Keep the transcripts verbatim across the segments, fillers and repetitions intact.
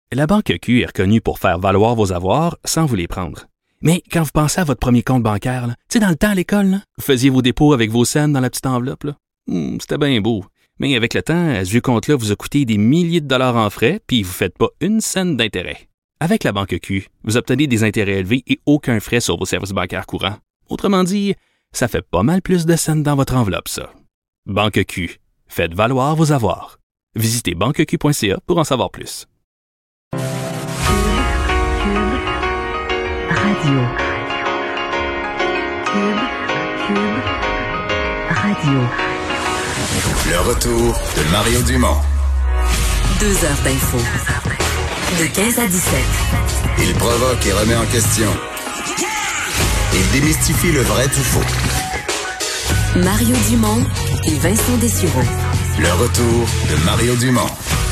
La Banque Q est reconnue pour faire valoir vos avoirs sans vous les prendre. Mais quand vous pensez à votre premier compte bancaire, tu sais, dans le temps à l'école, là, vous faisiez vos dépôts avec vos scènes dans la petite enveloppe. Là. Hum, c'était bien beau. Mais avec le temps, ce vieux compte-là vous a coûté des milliers de dollars en frais, puis vous ne faites pas une scène d'intérêt. Avec la Banque Q, vous obtenez des intérêts élevés et aucun frais sur vos services bancaires courants. Autrement dit, ça fait pas mal plus de scènes dans votre enveloppe, ça. Banque Q. Faites valoir vos avoirs. Visitez banque q point c a pour en savoir plus. Radio. Cube, Cube, Radio. Le retour de Mario Dumont. Deux heures d'info. De quinze à dix-sept. Il provoque et remet en question. Il démystifie le vrai du faux. Mario Dumont et Vincent Dessureau. Le retour de Mario Dumont.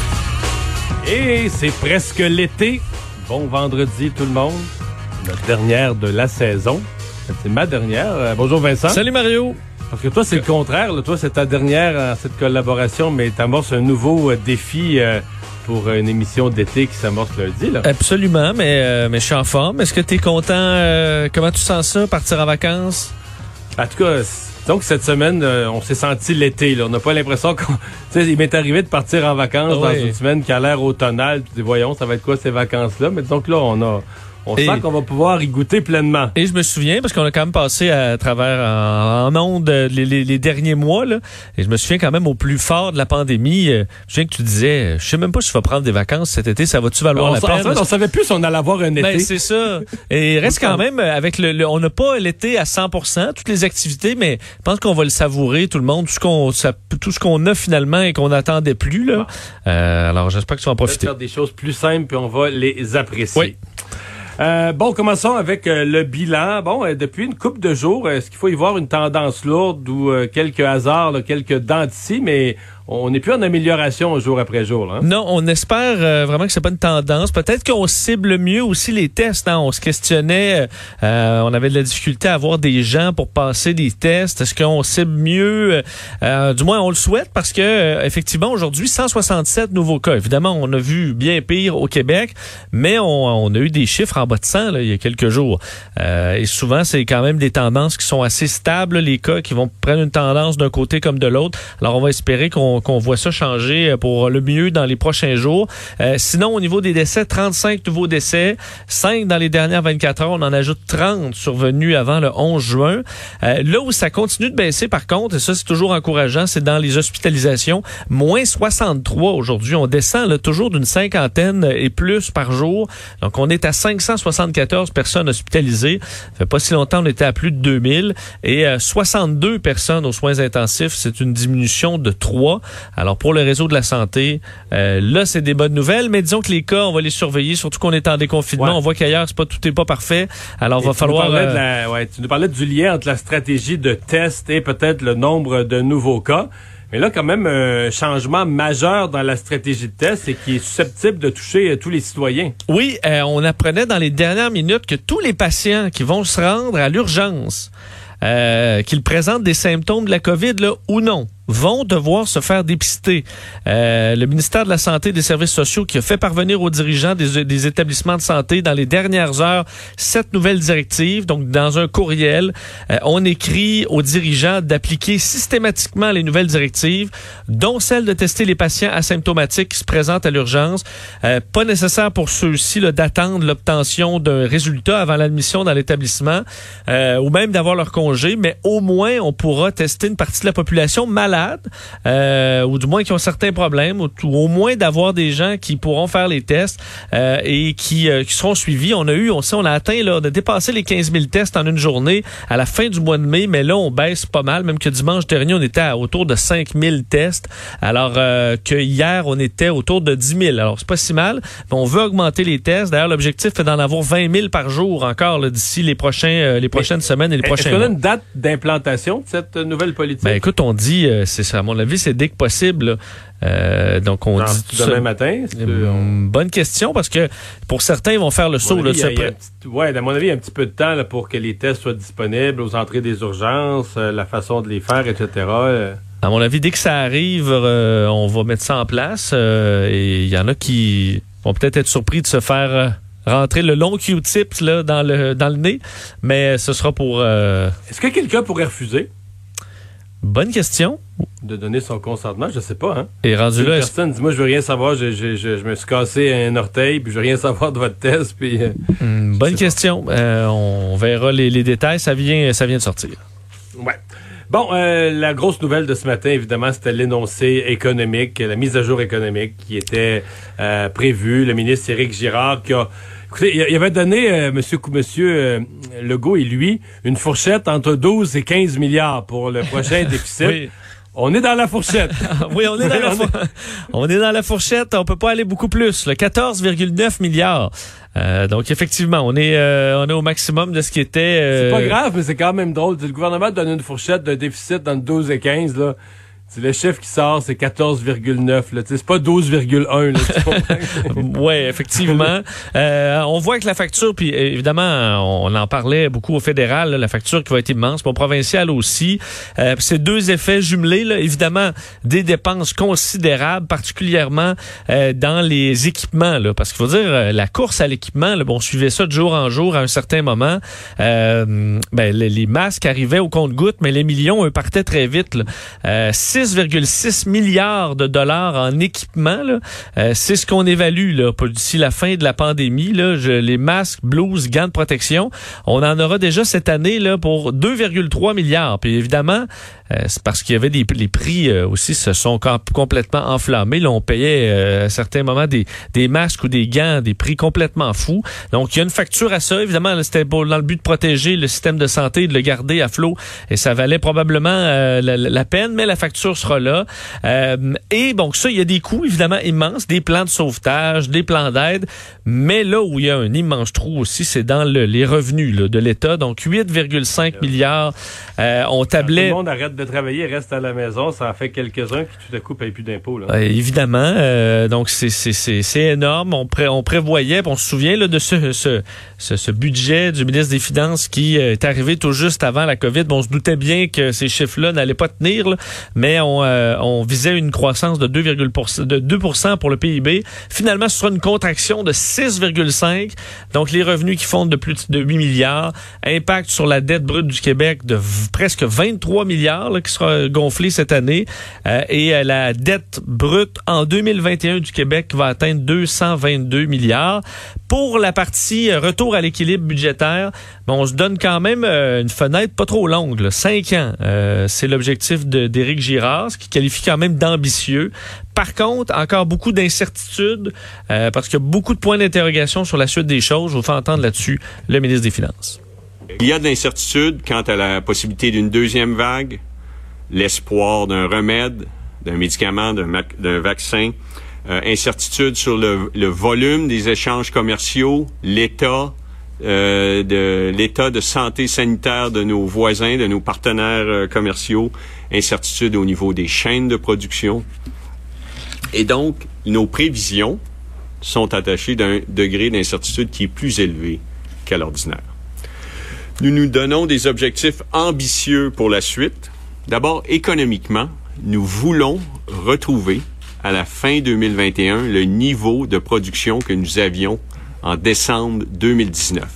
Et c'est presque l'été. Bon vendredi tout le monde. Notre dernière de la saison. C'est ma dernière. Euh, bonjour Vincent. Salut Mario. Parce que toi, c'est le contraire. Là. Toi, c'est ta dernière en cette collaboration, mais t'amorces un nouveau euh, défi euh, pour une émission d'été qui s'amorce lundi. Là. Absolument, mais, euh, mais je suis en forme. Est-ce que t'es content? Euh, comment tu sens ça, partir en vacances? En tout cas, donc cette semaine, euh, on s'est senti l'été. Là. On n'a pas l'impression qu'on... Tu sais, il m'est arrivé de partir en vacances oh, dans oui. une semaine qui a l'air automnale. Tu dis, voyons, ça va être quoi ces vacances-là? Mais donc là, on a... On et, sent qu'on va pouvoir y goûter pleinement. Et je me souviens, parce qu'on a quand même passé à travers en, en ondes les, les, les derniers mois, là, et je me souviens quand même au plus fort de la pandémie, euh, je souviens que tu disais, je sais même pas si je vais prendre des vacances cet été, ça va-tu valoir on, la en peine? fait, on savait plus si on allait avoir un été. Ben, c'est ça. Et reste quand même avec le, le on n'a pas l'été à cent pour cent, toutes les activités, mais je pense qu'on va le savourer, tout le monde, tout ce qu'on, ça, tout ce qu'on a finalement et qu'on n'attendait plus, là. Bon. Euh, alors, j'espère que tu vas en profiter. On va faire des choses plus simples puis on va les apprécier. Oui. Euh, bon, commençons avec euh, le bilan. Bon, euh, depuis une couple de jours, est-ce qu'il faut y voir une tendance lourde ou euh, quelques hasards, là, quelques dents d'ici, mais on n'est plus en amélioration jour après jour. Là, hein? Non, on espère euh, vraiment que c'est pas une tendance. Peut-être qu'on cible mieux aussi les tests. Hein? On se questionnait, euh, on avait de la difficulté à avoir des gens pour passer des tests. Est-ce qu'on cible mieux? Euh, du moins, on le souhaite parce que euh, effectivement, aujourd'hui, cent soixante-sept nouveaux cas. Évidemment, on a vu bien pire au Québec, mais on, on a eu des chiffres en bas de cent là, il y a quelques jours. Euh, et souvent, c'est quand même des tendances qui sont assez stables, les cas qui vont prendre une tendance d'un côté comme de l'autre. Alors, on va espérer qu'on qu'on voit ça changer pour le mieux dans les prochains jours. Euh, sinon, au niveau des décès, trente-cinq nouveaux décès, cinq dans les dernières vingt-quatre heures. On en ajoute trente survenus avant le onze juin. Euh, là où ça continue de baisser, par contre, et ça, c'est toujours encourageant, c'est dans les hospitalisations. Moins soixante-trois aujourd'hui. On descend là, toujours d'une cinquantaine et plus par jour. Donc, on est à cinq cent soixante-quatorze personnes hospitalisées. Ça fait pas si longtemps, on était à plus de deux mille. Et euh, soixante-deux personnes aux soins intensifs. C'est une diminution de trois. Alors, pour le réseau de la santé, euh, là, c'est des bonnes nouvelles, mais disons que les cas, on va les surveiller, surtout qu'on est en déconfinement. Ouais. On voit qu'ailleurs, c'est pas, tout n'est pas parfait. Alors, il va falloir... Euh... De la, ouais, tu nous parlais du lien entre la stratégie de test et peut-être le nombre de nouveaux cas. Mais là, quand même, un changement majeur dans la stratégie de test et qui est susceptible de toucher euh, tous les citoyens. Oui, euh, on apprenait dans les dernières minutes que tous les patients qui vont se rendre à l'urgence, euh, qu'ils présentent des symptômes de la COVID là, ou non, vont devoir se faire dépister. Euh, le ministère de la Santé et des Services sociaux qui a fait parvenir aux dirigeants des, des établissements de santé dans les dernières heures sept nouvelles directives. Donc, dans un courriel, euh, on écrit aux dirigeants d'appliquer systématiquement les nouvelles directives, dont celle de tester les patients asymptomatiques qui se présentent à l'urgence. Euh, pas nécessaire pour ceux-ci là, d'attendre l'obtention d'un résultat avant l'admission dans l'établissement euh, ou même d'avoir leur congé, mais au moins, on pourra tester une partie de la population malade Euh, ou du moins qui ont certains problèmes, ou, ou au moins d'avoir des gens qui pourront faire les tests euh, et qui, euh, qui seront suivis. On a eu, on sait, on a atteint, là, on a dépassé les quinze mille tests en une journée à la fin du mois de mai, mais là, on baisse pas mal, même que dimanche dernier, on était à autour de cinq mille tests, alors euh, que hier, on était autour de dix mille. Alors, c'est pas si mal, mais on veut augmenter les tests. D'ailleurs, l'objectif est d'en avoir vingt mille par jour encore là, d'ici les, prochains, euh, les prochaines mais, semaines et les prochains mois. Est-ce qu'on a une date d'implantation de cette nouvelle politique? Ben écoute, on dit... Euh, c'est ça, à mon avis, c'est dès que possible. Euh, donc on non, dit tout demain ça. matin. Une bonne question parce que pour certains, ils vont faire le saut. Là, avis, il y a, il y a petit, ouais, à mon avis, il y a un petit peu de temps là, pour que les tests soient disponibles aux entrées des urgences, euh, la façon de les faire, et cetera. À mon avis, dès que ça arrive, euh, on va mettre ça en place. Euh, et il y en a qui vont peut-être être surpris de se faire euh, rentrer le long Q-tip là, dans, le, dans le nez, mais ce sera pour... Euh... Est-ce que quelqu'un pourrait refuser? Bonne question. De donner son consentement, je sais pas. Hein? Et rendu une là... personne dit, moi, je veux rien savoir, je, je, je, je me suis cassé un orteil, puis je veux rien savoir de votre test. Puis, euh, mmh, bonne question. Euh, on verra les, les détails. Ça vient, ça vient de sortir. Ouais. Bon, euh, la grosse nouvelle de ce matin, évidemment, c'était l'énoncé économique, la mise à jour économique qui était euh, prévue. Le ministre Éric Girard qui a... Écoutez, il avait donné, euh, monsieur, monsieur euh, Legault et lui, une fourchette entre douze et quinze milliards pour le prochain déficit. Oui. On est dans la fourchette. Oui, on est dans la fourchette. On est dans la fourchette. On peut pas aller beaucoup plus. Le quatorze virgule neuf milliards. Euh, donc effectivement, on est euh, on est au maximum de ce qui était. Euh... C'est pas grave, mais c'est quand même drôle. Le gouvernement donne une fourchette de déficit dans le douze et quinze là. C'est le chiffre qui sort, c'est quatorze virgule neuf. Là. C'est pas douze virgule un. Oui, effectivement. euh, on voit que la facture, puis évidemment, on en parlait beaucoup au fédéral, là, la facture qui va être immense, pour provincial aussi. Euh, ces deux effets jumelés, là, évidemment, des dépenses considérables, particulièrement euh, dans les équipements. Là, parce qu'il faut dire, la course à l'équipement, là, bon, on suivait ça de jour en jour à un certain moment. Euh, ben, les, les masques arrivaient au compte-gouttes, mais les millions, eux, partaient très vite. Là. Euh, six virgule six milliards de dollars en équipement, là. Euh, c'est ce qu'on évalue là, d'ici la fin de la pandémie. Là, je, les masques, blouses, gants de protection, on en aura déjà cette année là, pour deux virgule trois milliards. Puis évidemment, euh, c'est parce qu'il y avait des les prix euh, aussi se sont complètement enflammés. Là, on payait euh, à certains moments des, des masques ou des gants, des prix complètement fous. Donc, il y a une facture à ça. Évidemment, là, c'était dans le but de protéger le système de santé, de le garder à flot. Et ça valait probablement euh, la, la peine, mais la facture sera là. Euh, et donc ça, il y a des coûts évidemment immenses, des plans de sauvetage, des plans d'aide, mais là où il y a un immense trou aussi, c'est dans le, les revenus là, de l'État. Donc huit virgule cinq milliards, euh, on tablait... Quand tout le monde arrête de travailler, reste à la maison, ça en fait quelques-uns qui tout à coup payent plus d'impôts. Là. Euh, évidemment, euh, donc c'est, c'est, c'est, c'est énorme. On, pré, on prévoyait, on se souvient là, de ce, ce, ce, ce budget du ministre des Finances qui euh, est arrivé tout juste avant la COVID. Bon, on se doutait bien que ces chiffres-là n'allaient pas tenir, là, mais on, euh, on visait une croissance de deux virgule deux pour cent pour le P I B. Finalement, ce sera une contraction de six virgule cinq. Donc, les revenus qui fondent de plus de huit milliards. Impact sur la dette brute du Québec de v- presque vingt-trois milliards là, qui sera gonflée cette année. Euh, et euh, la dette brute en deux mille vingt et un du Québec va atteindre deux cent vingt-deux milliards. Pour la partie euh, retour à l'équilibre budgétaire, bon, on se donne quand même euh, une fenêtre pas trop longue, là, cinq ans. Euh, c'est l'objectif de, d'Éric Girard, ce qui qualifie quand même d'ambitieux. Par contre, encore beaucoup d'incertitudes euh, parce qu'il y a beaucoup de points d'interrogation sur la suite des choses. Je vous fais entendre là-dessus le ministre des Finances. Il y a de l'incertitude quant à la possibilité d'une deuxième vague, l'espoir d'un remède, d'un médicament, d'un, ma- d'un vaccin, euh, incertitude sur le, le volume des échanges commerciaux, l'état euh, de l'état de santé sanitaire de nos voisins, de nos partenaires euh, commerciaux, incertitude au niveau des chaînes de production. Et donc, nos prévisions sont attachées d'un degré d'incertitude qui est plus élevé qu'à l'ordinaire. Nous nous donnons des objectifs ambitieux pour la suite. D'abord, économiquement, nous voulons retrouver à la fin deux mille vingt et un le niveau de production que nous avions en décembre deux mille dix-neuf.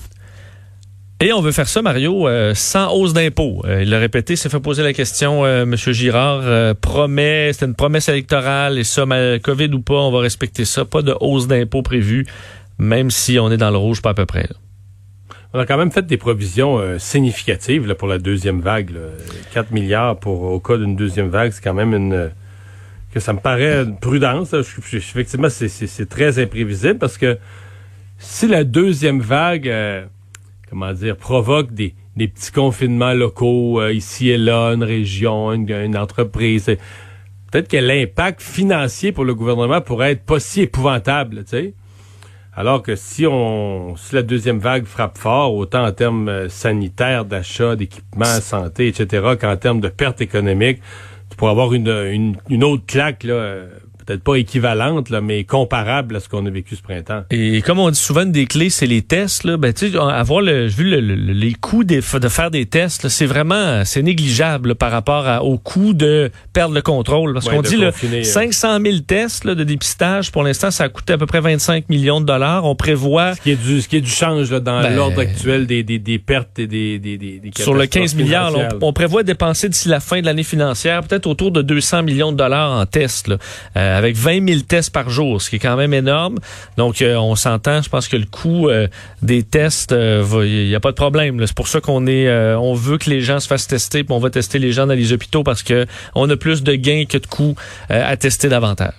Et on veut faire ça, Mario, euh, sans hausse d'impôts. Euh, il l'a répété, s'est fait poser la question, euh, M. Girard euh, promet, c'était une promesse électorale, et ça, mal, COVID ou pas, on va respecter ça. Pas de hausse d'impôts prévue, même si on est dans le rouge, pas à peu près. Là. On a quand même fait des provisions euh, significatives là, pour la deuxième vague. Là. quatre milliards pour au cas d'une deuxième vague, c'est quand même une... Euh, que ça me paraît une prudence. Là. Je, je, effectivement, c'est, c'est, c'est très imprévisible parce que si la deuxième vague... Euh, comment dire, provoque des, des petits confinements locaux, euh, ici et là, une région, une, une entreprise. Peut-être que l'impact financier pour le gouvernement pourrait être pas si épouvantable, tu sais. Alors que si on, si la deuxième vague frappe fort, autant en termes euh, sanitaires, d'achat, d'équipements, santé, et cetera, qu'en termes de pertes économiques, tu pourrais avoir une, une, une autre claque, là, euh, peut-être pas équivalente, là, mais comparable à ce qu'on a vécu ce printemps. Et comme on dit souvent, une des clés, c'est les tests. Là. Ben, tu sais, avoir le, vu le, le, les coûts des, de faire des tests, là, c'est vraiment c'est négligeable là, par rapport à, au coût de perdre le contrôle. Parce ouais, qu'on dit là, cinq cent mille tests là, de dépistage, pour l'instant, ça a coûté à peu près vingt-cinq millions de dollars. On prévoit... Ce qui est du, ce qui est du change là, dans ben, l'ordre actuel des, des, des pertes et des, des, des, des sur le quinze milliards, là, on, on prévoit dépenser d'ici la fin de l'année financière peut-être autour de deux cents millions de dollars en tests, là, euh, avec vingt mille tests par jour, ce qui est quand même énorme. Donc, euh, on s'entend, je pense que le coût euh, des tests, il euh, n'y a pas de problème. Là. C'est pour ça qu'on est, euh, on veut que les gens se fassent tester, puis on va tester les gens dans les hôpitaux parce que on a plus de gains que de coûts euh, à tester davantage.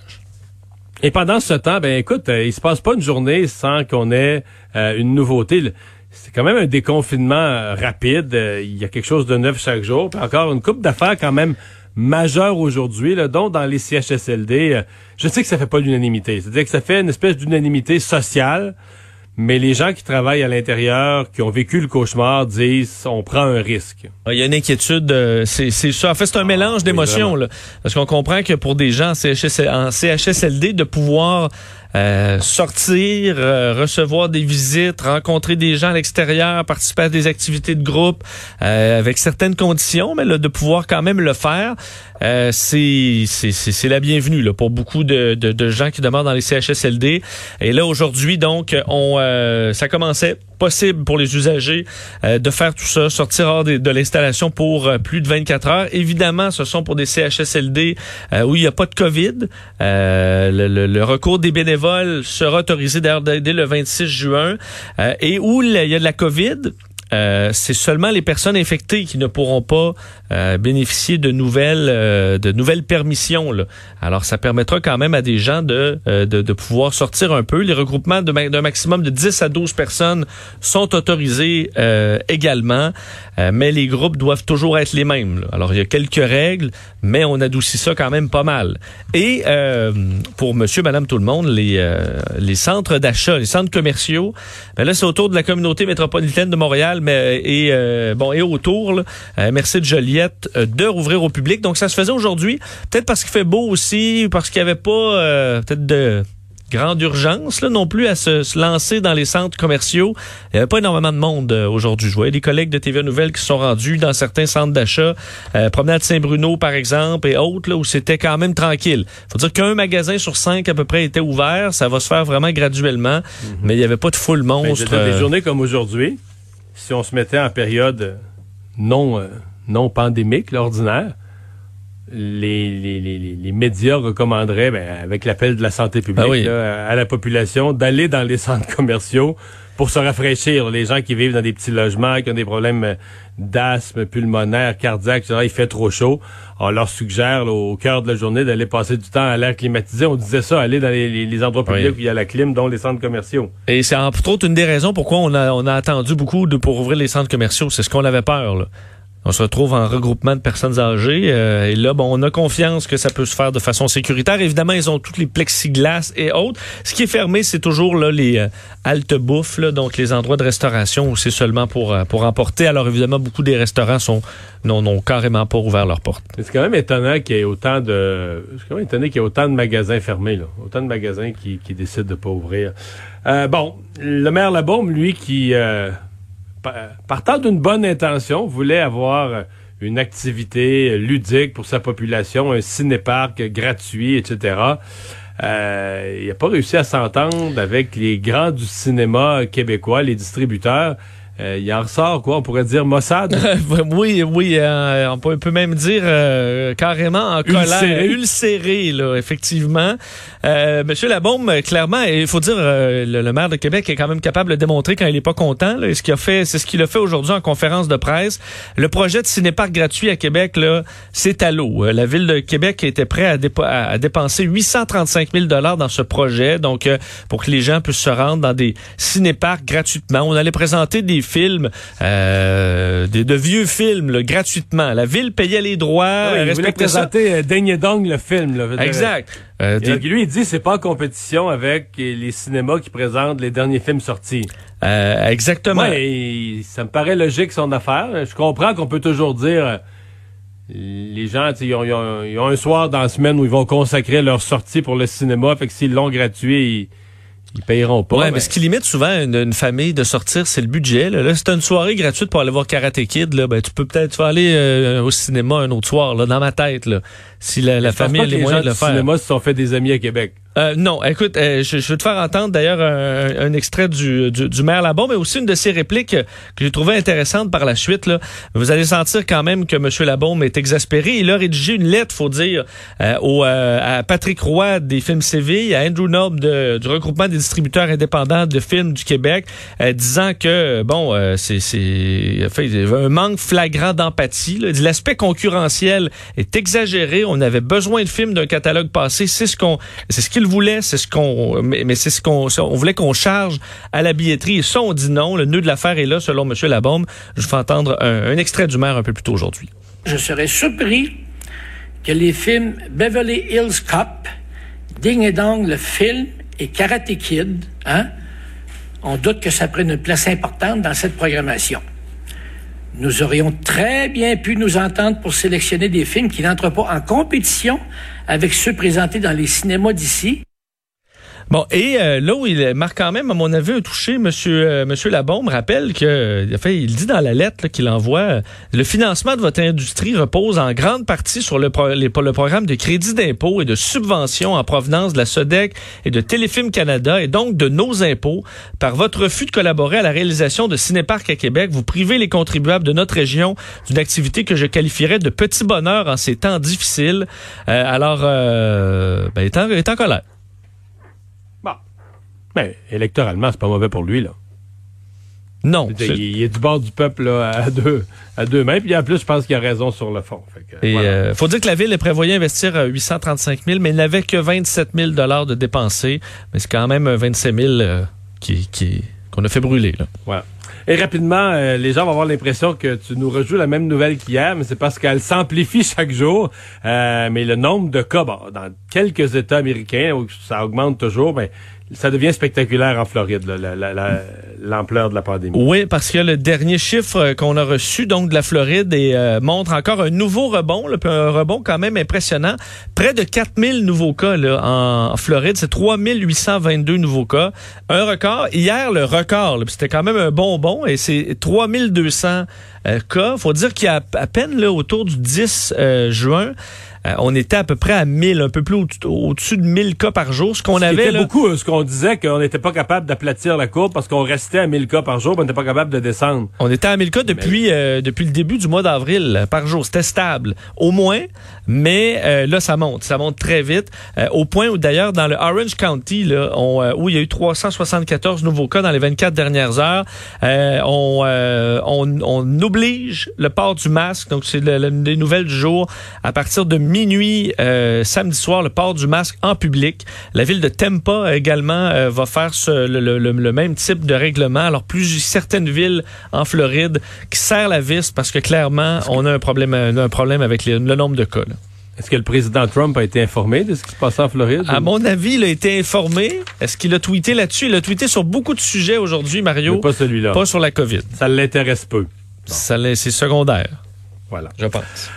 Et pendant ce temps, ben écoute, euh, il se passe pas une journée sans qu'on ait euh, une nouveauté. C'est quand même un déconfinement euh, rapide. Euh, il y a quelque chose de neuf chaque jour. Puis encore une couple d'affaires quand même majeures aujourd'hui, là, dont dans les C H S L D. Euh, je sais que ça fait pas l'unanimité. C'est-à-dire que ça fait une espèce d'unanimité sociale. Mais les gens qui travaillent à l'intérieur, qui ont vécu le cauchemar, disent on prend un risque. Il y a une inquiétude, euh, c'est, c'est ça. En fait, c'est un ah, mélange d'émotions, oui, là, parce qu'on comprend que pour des gens en C H S, en C H S L D, de pouvoir euh, sortir, euh, recevoir des visites, rencontrer des gens à l'extérieur, participer à des activités de groupe, euh, avec certaines conditions, mais là, de pouvoir quand même le faire, euh, c'est, c'est, c'est, c'est la bienvenue là, pour beaucoup de, de, de gens qui demeurent dans les C H S L D. Et là, aujourd'hui, donc, on, euh, ça commençait possible pour les usagers euh, de faire tout ça, sortir hors de, de l'installation pour euh, plus de vingt-quatre heures. Évidemment, ce sont pour des C H S L D euh, où il n'y a pas de COVID. Euh, le, le, le recours des bénévoles sera autorisé d'ailleurs dès, dès le vingt-six juin euh, et où il y a de la COVID. Euh, c'est seulement les personnes infectées qui ne pourront pas euh, bénéficier de nouvelles euh, de nouvelles permissions. Là. Alors, ça permettra quand même à des gens de euh, de, de pouvoir sortir un peu. Les regroupements de ma- d'un maximum de dix à douze personnes sont autorisés euh, également, euh, mais les groupes doivent toujours être les mêmes. Là. Alors, il y a quelques règles, mais on adoucit ça quand même pas mal. Et euh, pour monsieur, madame, tout le monde, les euh, les centres d'achat, les centres commerciaux, ben là, c'est autour de la communauté métropolitaine de Montréal, mais et euh, bon et autour, là, euh, merci de Joliette, euh, de rouvrir au public. Donc ça se faisait aujourd'hui, peut-être parce qu'il fait beau aussi, parce qu'il n'y avait pas euh, peut-être de grande urgence là non plus à se, se lancer dans les centres commerciaux. Il n'y avait pas énormément de monde euh, aujourd'hui. Je voyais des collègues de T V A Nouvelles qui se sont rendus dans certains centres d'achat, euh, promenade Saint-Bruno par exemple et autres là où c'était quand même tranquille. Faut dire qu'un magasin sur cinq à peu près était ouvert. Ça va se faire vraiment graduellement, mm-hmm. mais il n'y avait pas de foule monstre. Ben, euh... Des journées comme aujourd'hui, si on se mettait en période non euh, non pandémique, l'ordinaire, les, les, les, les médias recommanderaient, ben, avec l'appel de la santé publique, ah oui. là, à la population, d'aller dans les centres commerciaux pour se rafraîchir. Les gens qui vivent dans des petits logements, qui ont des problèmes d'asthme pulmonaire, cardiaque, et cetera, il fait trop chaud. On leur suggère là, au cœur de la journée d'aller passer du temps à l'air climatisé. On disait ça, aller dans les, les, les endroits publics oui. où il y a la clim, dont les centres commerciaux. Et c'est entre autres une des raisons pourquoi on a, on a attendu beaucoup de, pour ouvrir les centres commerciaux. C'est ce qu'on avait peur, là. On se retrouve en regroupement de personnes âgées euh, et là, bon, on a confiance que ça peut se faire de façon sécuritaire. Évidemment, ils ont toutes les plexiglas et autres. Ce qui est fermé, c'est toujours là les euh, haltes bouffe, là, donc les endroits de restauration où c'est seulement pour euh, pour emporter. Alors évidemment, beaucoup des restaurants sont n'ont, n'ont carrément pas ouvert leurs portes. Mais c'est quand même étonnant qu'il y ait autant de, c'est quand même étonnant qu'il y ait autant de magasins fermés, là, autant de magasins qui qui décident de pas ouvrir. Euh, bon, le maire Labaume, lui, qui euh, partant d'une bonne intention, voulait avoir une activité ludique pour sa population, un ciné-parc gratuit, et cetera. Euh, il n'a pas réussi à s'entendre avec les grands du cinéma québécois, les distributeurs. Euh, il en ressort, quoi, on pourrait dire Mossad? oui, oui, euh, on peut même dire euh, carrément en colère, ulcéré, ulcéré là, effectivement. Euh, Monsieur Labaume, clairement, il faut dire, euh, le, le maire de Québec est quand même capable de démontrer quand il est pas content. Là, et ce qu'il a fait, c'est ce qu'il a fait aujourd'hui en conférence de presse. Le projet de cinéparc gratuit à Québec, là, c'est à l'eau. La ville de Québec était prête à, dépa- à dépenser huit cent trente-cinq mille dollars dans ce projet, donc euh, pour que les gens puissent se rendre dans des cinéparcs gratuitement. On allait présenter des films, euh, de, de vieux films là, gratuitement. La ville payait les droits. Ah oui, il voulait présenter euh, Ding et Dong, le film. Là, exact. Euh, des... Lui, il dit c'est pas en compétition avec les cinémas qui présentent les derniers films sortis. Euh, exactement. Ouais, ça me paraît logique son affaire. Je comprends qu'on peut toujours dire les gens, ils ont, ils, ont, ils ont un soir dans la semaine où ils vont consacrer leur sortie pour le cinéma. Fait que s'ils l'ont gratuit, ils, ils payeront pas. Ouais, mais, mais ce qui limite souvent une, une famille de sortir, c'est le budget. Là, là c'est une soirée gratuite pour aller voir Karate Kid. Là, ben, tu peux peut-être tu vas aller euh, au cinéma un autre soir, là, dans ma tête. Là, si la, la famille a les moyens de le faire. Les cinéma se sont fait des amis à Québec. Euh, non, écoute, euh, je, je vais te faire entendre d'ailleurs un, un extrait du, du, du maire Labaume, mais aussi une de ses répliques que j'ai trouvé intéressante par la suite. Là. Vous allez sentir quand même que M. Labaume est exaspéré. Il a rédigé une lettre, faut dire, euh, au, euh, à Patrick Roy des Films Séville, à Andrew Noble de, du regroupement des distributeurs indépendants de films du Québec, euh, disant que bon, euh, c'est, c'est enfin, il y avait un manque flagrant d'empathie. Là. Il dit l'aspect concurrentiel est exagéré. On avait besoin de films d'un catalogue passé. C'est ce qu'on, c'est ce qu'il voulait, c'est ce qu'on, mais, mais c'est ce qu'on, on voulait qu'on charge à la billetterie. Et ça, on dit non. Le nœud de l'affaire est là, selon M. Labaume. Je vous fais entendre un, un extrait du maire un peu plus tôt aujourd'hui. Je serais surpris que les films Beverly Hills Cop, Ding et Dong, le film, et Karate Kid, hein, on doute que ça prenne une place importante dans cette programmation. Nous aurions très bien pu nous entendre pour sélectionner des films qui n'entrent pas en compétition avec ceux présentés dans les cinémas d'ici. Bon, et euh, là où il marque quand même, à mon avis, un touché, monsieur, euh, monsieur Labaume rappelle que, en fait, il dit dans la lettre là, qu'il envoie, euh, le financement de votre industrie repose en grande partie sur le, pro- les, le programme de crédit d'impôt et de subventions en provenance de la SODEC et de Téléfilm Canada et donc de nos impôts. Par votre refus de collaborer à la réalisation de Cinéparc à Québec, vous privez les contribuables de notre région d'une activité que je qualifierais de petit bonheur en ces temps difficiles. Euh, alors, euh, ben, il est en, il est en colère. Ben, électoralement, c'est pas mauvais pour lui, là. Non. C'est... Il, il est du bord du peuple là, à deux à deux mains. Puis en plus, je pense qu'il a raison sur le fond. Fait que, Et voilà. euh, faut dire que la ville prévoyait investir huit cent trente-cinq mille, mais il n'avait que vingt-sept mille dollars de dépensés. Mais c'est quand même vingt-cinq mille euh, qui, qui, qu'on a fait brûler. Là. Voilà. Et rapidement, euh, les gens vont avoir l'impression que tu nous rejoues la même nouvelle qu'hier, mais c'est parce qu'elle s'amplifie chaque jour. Euh, mais le nombre de cas, bon, dans quelques États américains où ça augmente toujours, ben ça devient spectaculaire en Floride, là, la, la, la, l'ampleur de la pandémie. Oui, parce que le dernier chiffre qu'on a reçu donc de la Floride et, euh, montre encore un nouveau rebond, là, un rebond quand même impressionnant. Près de quatre mille nouveaux cas là, en Floride, c'est trois mille huit cent vingt-deux nouveaux cas. Un record. Hier, le record, là, c'était quand même un bonbon et c'est trois mille deux cents euh, cas. Faut dire qu'il y a à peine là, autour du dix euh, juin, Euh, on était à peu près à mille, un peu plus au- au-dessus de mille cas par jour. Ce qu'on Ce qui avait était là, beaucoup, ce qu'on disait qu'on n'était pas capable d'aplatir la courbe parce qu'on restait à mille cas par jour, mais on n'était pas capable de descendre. on était à mille cas depuis mais... euh, depuis le début du mois d'avril euh, par jour. C'était stable, au moins, mais euh, là ça monte, ça monte très vite, euh, au point où d'ailleurs dans le Orange County là, on, euh, où il y a eu trois cent soixante-quatorze nouveaux cas dans les vingt-quatre dernières heures, euh, on, euh, on on oblige le port du masque. Donc c'est le, le, des nouvelles du jour à partir de minuit euh, samedi soir, le port du masque en public. La ville de Tampa également euh, va faire ce, le, le, le même type de règlement. Alors plus certaines villes en Floride qui serrent la vis parce que clairement on a un problème, un problème avec les, le nombre de cas. Là. Est-ce que le président Trump a été informé de ce qui se passait en Floride? À ou... mon avis, il a été informé. Est-ce qu'il a tweeté là-dessus? Il a tweeté sur beaucoup de sujets aujourd'hui, Mario. Mais pas celui-là. Pas sur la COVID. Ça l'intéresse peu. Bon. Ça, c'est secondaire. Voilà. Je pense.